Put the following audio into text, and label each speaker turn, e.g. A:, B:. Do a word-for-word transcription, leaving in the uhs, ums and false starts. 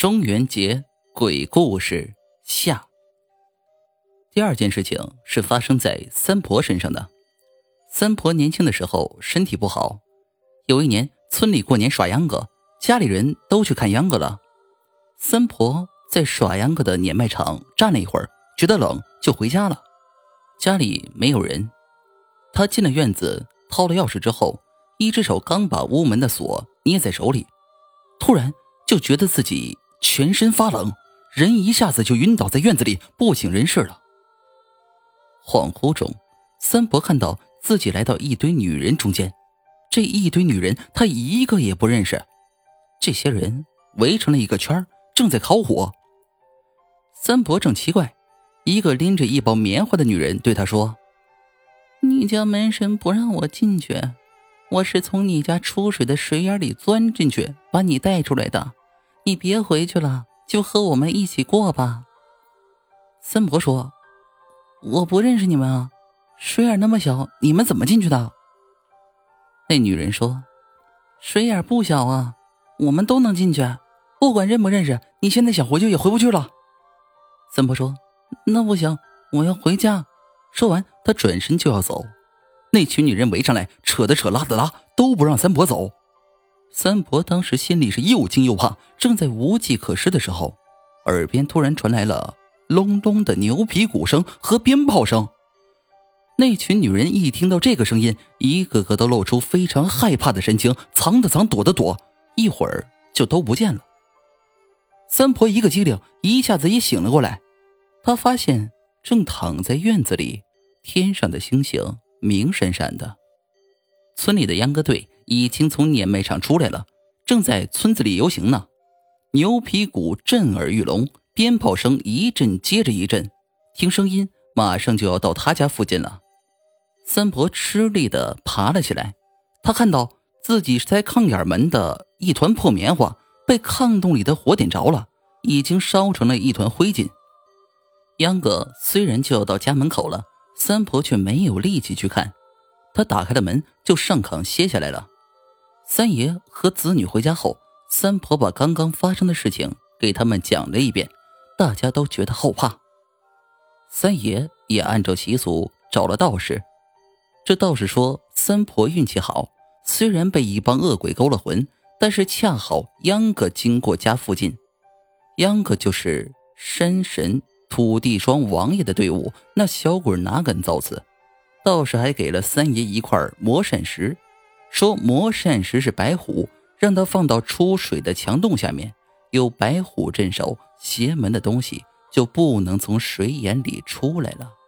A: 中元节鬼故事下。第二件事情是发生在三婆身上的。三婆年轻的时候身体不好，有一年村里过年耍秧歌，家里人都去看秧歌了。三婆在耍秧歌的碾麦场站了一会儿，觉得冷就回家了。家里没有人，她进了院子，掏了钥匙之后，一只手刚把屋门的锁捏在手里，突然就觉得自己全身发冷，人一下子就晕倒在院子里，不省人事了。恍惚中，三婆看到自己来到一堆女人中间，这一堆女人她一个也不认识，这些人围成了一个圈，正在烤火。三婆正奇怪，一个拎着一包棉花的女人对她说：你家门神不让我进去，我是从你家出水的水眼里钻进去把你带出来的，你别回去了，就和我们一起过吧。三婆说：我不认识你们啊，水眼那么小，你们怎么进去的？那女人说：水眼不小啊，我们都能进去，不管认不认识，你现在想回去也回不去了。三婆说：那不行，我要回家。说完她转身就要走，那群女人围上来，扯的扯，拉的拉，都不让三婆走。三婆当时心里是又惊又怕，正在无计可施的时候，耳边突然传来了隆隆的牛皮鼓声和鞭炮声。那群女人一听到这个声音，一个个都露出非常害怕的神情，藏的藏，躲的躲，一会儿就都不见了。三婆一个机灵，一下子也醒了过来，她发现正躺在院子里，天上的星星明闪闪的。村里的秧歌队已经从碾麦场出来了，正在村子里游行呢。牛皮鼓震耳欲聋，鞭炮声一阵接着一阵，听声音马上就要到他家附近了。三婆吃力地爬了起来，她看到自己在炕眼门的一团破棉花被炕洞里的火点着了，已经烧成了一团灰烬。秧歌虽然就要到家门口了，三婆却没有力气去看，她打开了门就上炕歇下来了。三爷和子女回家后，三婆把刚刚发生的事情给他们讲了一遍，大家都觉得后怕。三爷也按照习俗找了道士，这道士说三婆运气好，虽然被一帮恶鬼勾了魂，但是恰好秧歌经过家附近，秧歌就是山神土地双王爷的队伍，那小鬼哪敢造次。道士还给了三爷一块魔扇石，说魔扇石是白虎，让他放到出水的墙洞下面，有白虎镇守，邪门的东西就不能从水眼里出来了。